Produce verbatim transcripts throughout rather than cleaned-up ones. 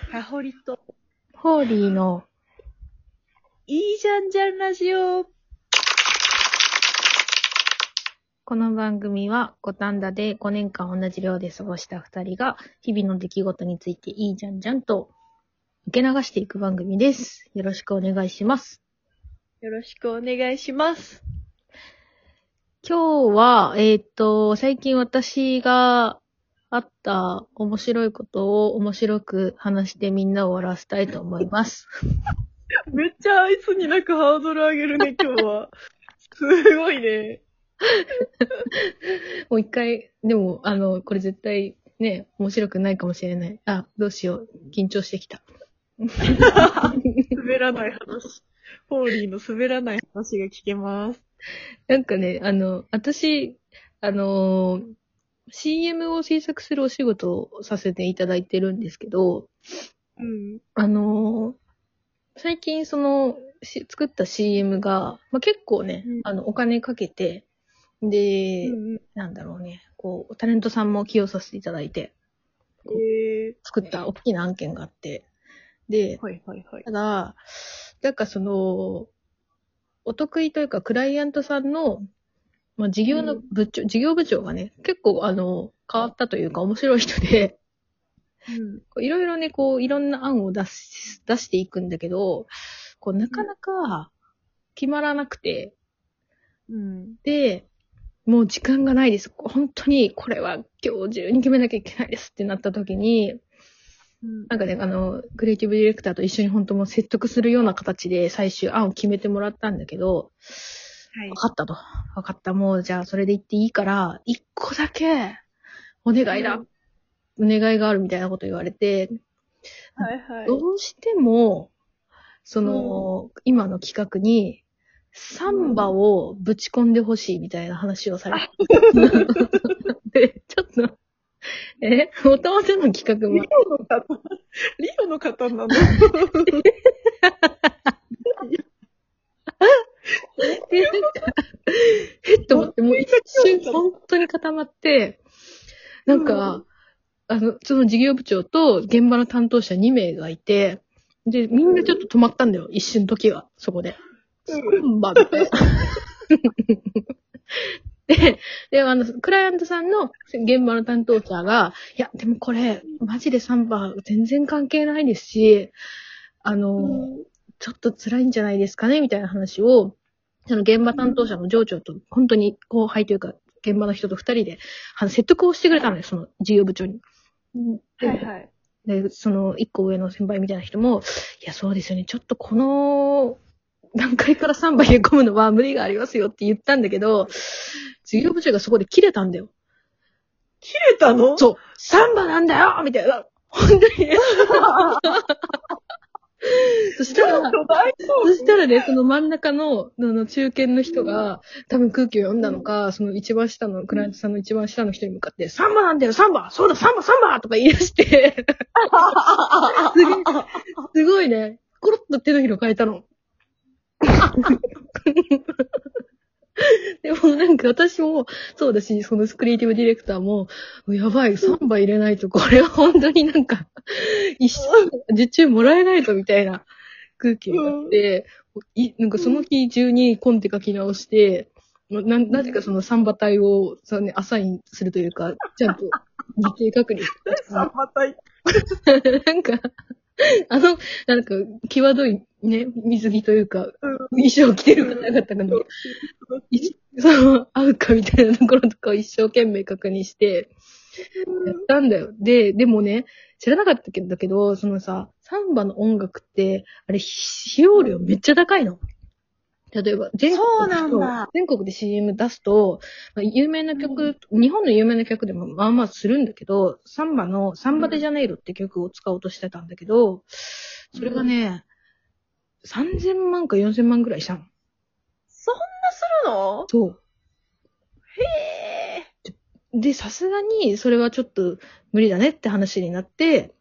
かほりと、 ホーリーのいいじゃんじゃんラジオ。 この番組は五反田でごねんかん同じ寮で過ごしたふたりが日々の出来事についていいじゃんじゃんと受け流していく番組です。よろしくお願いします。 よろしくお願いします。 今日は、えっと、最近私があった面白いことを面白く話してみんなを笑わせたいと思います。 めっちゃあいつになんかハードル上げるね、今日は。すごいね。 もう一回、でも、あの、これ絶対ね、面白くないかもしれない。あ、どうしよう。緊張してきた。 滑らない話。ホーリーの滑らない話が聞けます。 なんかね、あの、私、あの、シーエム を制作するお仕事をさせていただいてるんですけど、 うん。 あの、最近その、し作った シーエム が、まあ、結構ね、 うんあの、お金かけて、で、 うんうん。 なんだろうね、こう、タレントさんも起用させていただいて、 え作った大きな案件があって、でー、、はいはいはい。 ただ、なんかその、お得意というか、クライアントさんの、まあ、事業の部長、事業部長がね、結構あの、変わったというか面白い人で、 うん。 いろいろね、こう、いろんな案を出し、出していくんだけど、こう、なかなか決まらなくて、 うん。 で、もう時間がないです。本当に、これは今日中に決めなきゃいけないですってなった時に、 うん。 なんかね、あの、クリエイティブディレクターと一緒に本当もう説得するような形で最終案を決めてもらったんだけど、 はい分。かったと。分かった。もうじゃあそれで言っていいから、一個だけお願いだ。お願いがあるみたいなこと言われて、 はいはい。 どうしても、その、今の企画に、サンバをぶち込んでほしいみたいな話をされて。で、ちょっと、えもともとの企画も。 リオの方、リオの方なので、なんか、えっと思って、もう一瞬本当に固まって、なんか、あの、その事業部長と現場の担当者にめいがいて、で、みんなちょっと止まったんだよ、一瞬時は、そこで。サンバみたいな。で、で、あの、クライアントさんの現場の担当者が、いや、でもこれ、マジでサンバ全然関係ないですし、あの、 うんちょっと辛いんじゃないですかねみたいな話を、その現場担当者の上長と、本当に後輩というか、現場の人と二人で、あの、説得をしてくれたのよ、その事業部長に。 はいはい。 で、その一個上の先輩みたいな人も、いや、そうですよね、ちょっとこの段階からさんばいで込むのは無理がありますよって言ったんだけど、事業部長がそこで切れたんだよ。 切れたのそう、サンバなんだよみたいな。本当にね。そしたら、そしたらね、その真ん中の、の中堅の人が、多分空気を読んだのか、その一番下の、クライアントさんの一番下の人に向かって、サンバなんだよ、サンバそうだ、サンバ、サンバとか言い出して、すごい、すごいね、コロッと手のひら変えたの。でもなんか私もそうだし、そのクリエイティブディレクターも、やばい、サンバ入れないと、これは本当になんか、一生受注もらえないとみたいな空気があって、いなんかその日中にコンテ書き直して、な、なぜかそのサンバ隊をさ、ね、アサインするというか、ちゃんと日程確認して。 サンバ隊。 なんか、あの、なんか、際どいね、水着というか、衣装着てる方々がね、いその、合うかみたいなところとかを一生懸命確認して、やったんだよ。で、でもね、知らなかったけど、だけど、そのさ、サンバの音楽って、あれ、使用量めっちゃ高いの。例えば、全国そうなんだ。 全国で シーエム 出すと、まあ、有名な曲、うん、日本の有名な曲でもまあまあするんだけど、サンバの、サンバデジャネイロって曲を使おうとしてたんだけど、それがね、さんぜんまんかよんせんまんぐらいしたの。 そんなするの？ そう。 へー。で、さすがに、それはちょっと無理だねって話になって、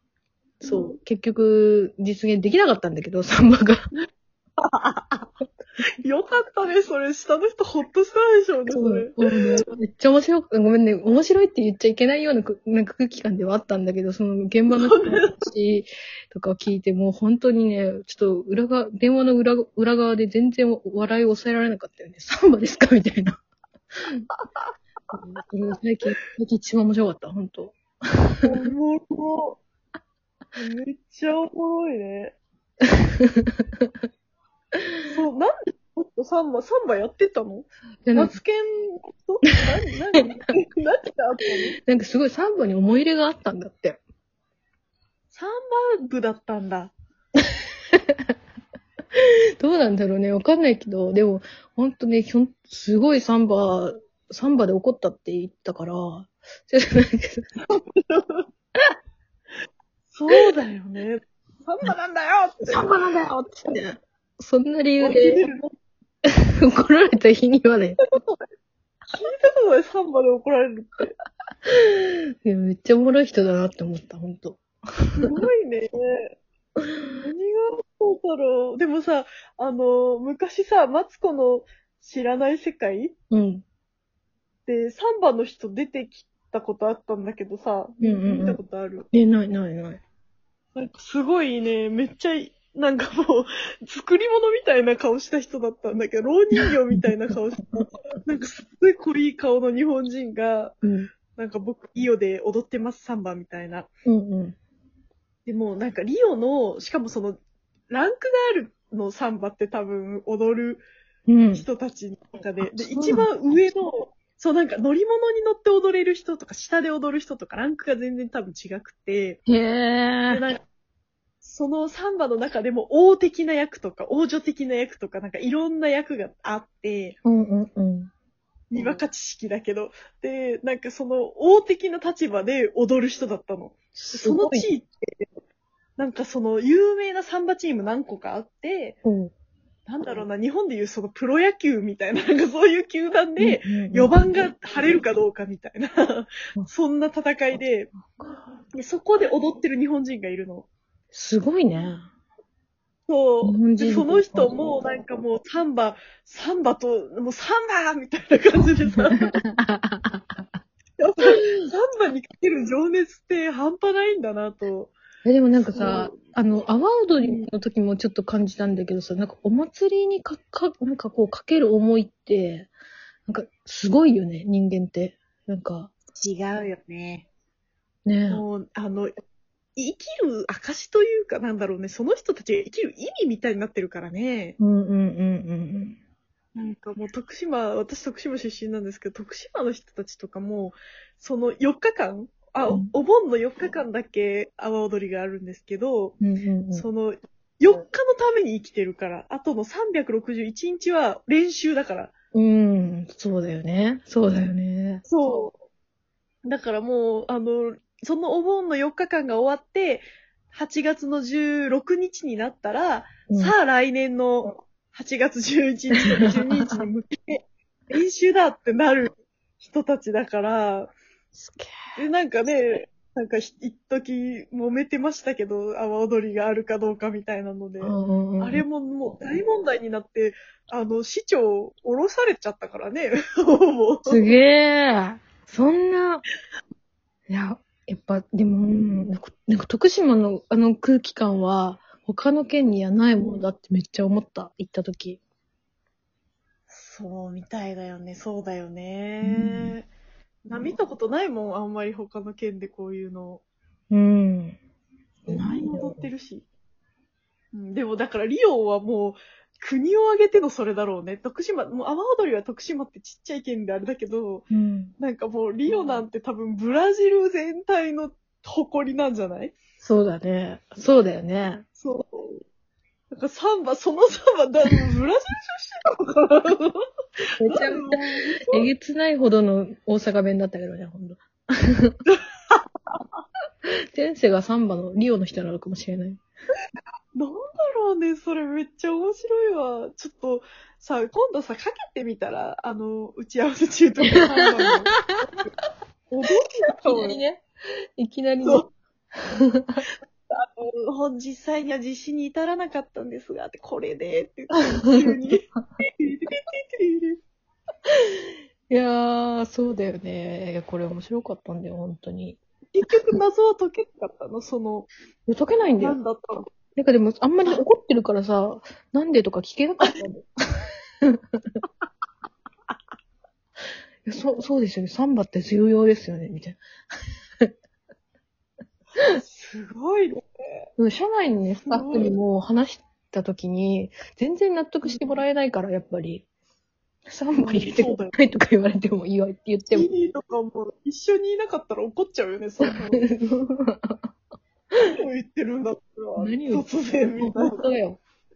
そう、結局、実現できなかったんだけど、サンバが。 よかったね、それ。下の人ほっとしたでしょうね、それ。 もうね、めっちゃ面白く、ごめんね、面白いって言っちゃいけないようなくなんか空気感ではあったんだけど、その現場の人の話とかを聞いて、もう本当にね、ちょっと裏側、電話の裏裏側で全然笑いを抑えられなかったよね。サンバですかみたいな。それが最近、最近一番面白かった、本当。 おもろ。めっちゃおもろいね。そう、なんでちょっとサンバ、サンバやってたの？ でなんかマツケンと何、何、何があったの？ なんかすごいサンバに思い入れがあったんだって。 サンバ部だったんだ。 どうなんだろうね。わかんないけど、でも、ほんとね、ひょん、すごいサンバ、サンバで怒ったって言ったから、ちょっとなんかそうだよね。サンバなんだよって。 サンバなんだよって。そんな理由で怒られた日にはね。 聞いたことない、サンバで怒られるって。 いやめっちゃおもろい人だなって思った、ほんと。 すごいね。何がそうだろう。でもさ、あの、昔さ、マツコの知らない世界うん。 で、サンバの人出てきたことあったんだけどさ、 うんうんうん見たことある？ え、ないないない。 なんかすごいね、めっちゃい、なんかもう、作り物みたいな顔した人だったんだけど、老人形みたいな顔した、なんかすっごい濃い顔の日本人が、 うん。 なんか僕、リオで踊ってます、サンバみたいな。 うんうん。 でも、なんかリオの、しかもその、ランクがあるのサンバって多分踊るうん。 人たちの中で、で、 そうなんだ一番上の、そうなんか乗り物に乗って踊れる人とか、下で踊る人とか、ランクが全然多分違くて、 へで、 ー。 なんかそのサンバの中でも王的な役とか、王女的な役とか、なんかいろんな役があって、 うんうんうん。 にわか知識だけど、で、なんかその王的な立場で踊る人だったの。その地位って、なんかその有名なサンバチーム何個かあって、 うんなんだろうな、日本でいうそのプロ野球みたいな、なんかそういう球団で、 うんよばんが晴れるかどうかみたいなう、んそんな戦いで、でそこで踊ってる日本人がいるの。 すごいね。 そう。 日本人で、その人も、なんかもう、サンバ、サンバと、もうサンバみたいな感じでさ、やっぱりサンバにかける情熱って半端ないんだなと。 え、でもなんかさそう、 あの、阿波踊りの時もちょっと感じたんだけどさ、なんかお祭りにか、か、なんかこうかける思いって、なんかすごいよね、人間って。なんか、 違うよね。 ねもう、あの、生きる証というかなんだろうね、その人たちが生きる意味みたいになってるからね。 うんうんうんうんなんかもう徳島、私徳島出身なんですけど、徳島の人たちとかも、そのよっかかん、あ、 うんお盆のよっかかんだけ阿波踊りがあるんですけど、 うん。うんうんうん。 そのよっかのために生きてるから、あとのさんびゃくろくじゅういちにちは練習だから。 うん、そうだよね。そうだよね。 そう。だからもう、あの、そのお盆のよっかかんが終わって、はちがつのじゅうろくにちになったら、 うんさあ来年のはちがつじゅういちにちとかじゅうににちに向けて、練習だってなる人たちだから、 すげで、なんかね、なんか一時揉めてましたけど、阿波踊りがあるかどうかみたいなので、 え。うんうんうん。 あれももう大問題になって、あの、市長降ろされちゃったからね、もう。 すげえ。そんな、いや、やっぱ、でも、うんなんか、なんか徳島のあの空気感は、他の県にはないものだってめっちゃ思った、行った時。 そうみたいだよね、そうだよね。な見たことないもん、あんまり他の県でこういうの。 うん。 何も踊ってるし。うん、でもだからリオはもう国を挙げてのそれだろうね。徳島、もう阿波踊りは徳島ってちっちゃい県であれだけど、 うん。 なんかもうリオなんて多分ブラジル全体の誇りなんじゃない？ そうだね。そうだよね。 そう。なんかサンバ、そのサンバ、だブラジル出身なのかな？ めちゃめちゃ、えげつないほどの大阪弁だったけどね、ほんと。前世がサンバのリオの人なのかもしれない。 なんだろうね、それめっちゃ面白いわ。ちょっと、さ、今度さ、かけてみたら、あの、打ち合わせ中とか、サンバの踊ってたかもよ。 ね。いきなりね。 そう。あほ実際には実施に至らなかったんですが、ってこれで、って言って、急に。 いやー、そうだよね。いや、これ面白かったんだよ、本当に。 結局謎は解けなかったのその、 いや解けないんだよ。 なんだったのなんかでも、あんまり怒ってるからさ、なんでとか聞けなかったんだよ。いやそう、そうですよね。サンバって重要ですよね、みたいすごいね。 な。社内のね、スタッフにも話したときに、全然納得してもらえないから、やっぱり。サンバ入れてくださいとか言われてもいいわって言っても。 いいとかも一緒にいなかったら怒っちゃうよね、そんなの。何を言ってるんだっては。 何を突然みたいな。 本当だよ。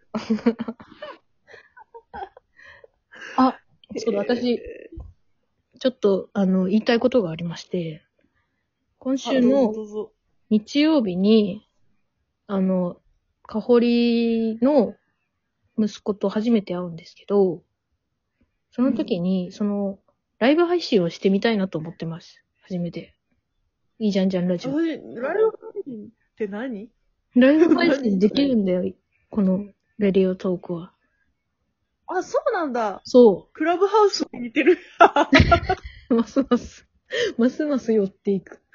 あ、そうだ、私、ちょっと、あの、言いたいことがありまして、今週のどうぞ日曜日に、あの、かほりの息子と初めて会うんですけど、その時に、その、ライブ配信をしてみたいなと思ってます。初めて。いいじゃんじゃんラジオ。 私、ライブ配信って何ライブ配信できるんだよ、このレディオトークは。 あ、そうなんだ。 そクラブハウスに似てる。 う。ますます、ますます寄っていく。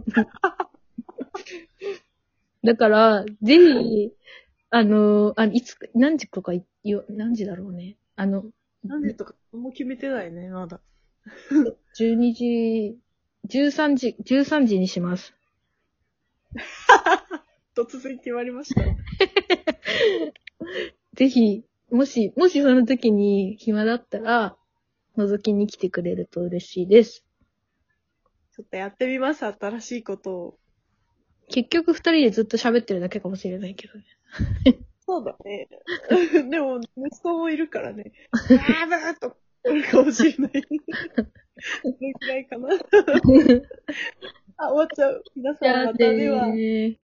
だから、ぜひ、あの、あいつ、何時とかよ、何時だろうね。あの、 何時とか、もう決めてないね、まだ。 じゅうにじ、じゅうさんじ、じゅうさんじにします。 突然決まりました。 ぜひ、もし、もしその時に暇だったら、覗きに来てくれると嬉しいです。 ちょっとやってみます、新しいことを。 結局二人でずっと喋ってるだけかもしれないけどね。 そうだね。でも、息子もいるからね。あーばーっと、来るかもしれない。それくらいかな。あ、終わっちゃう。皆さんまたでは。 じゃあねー。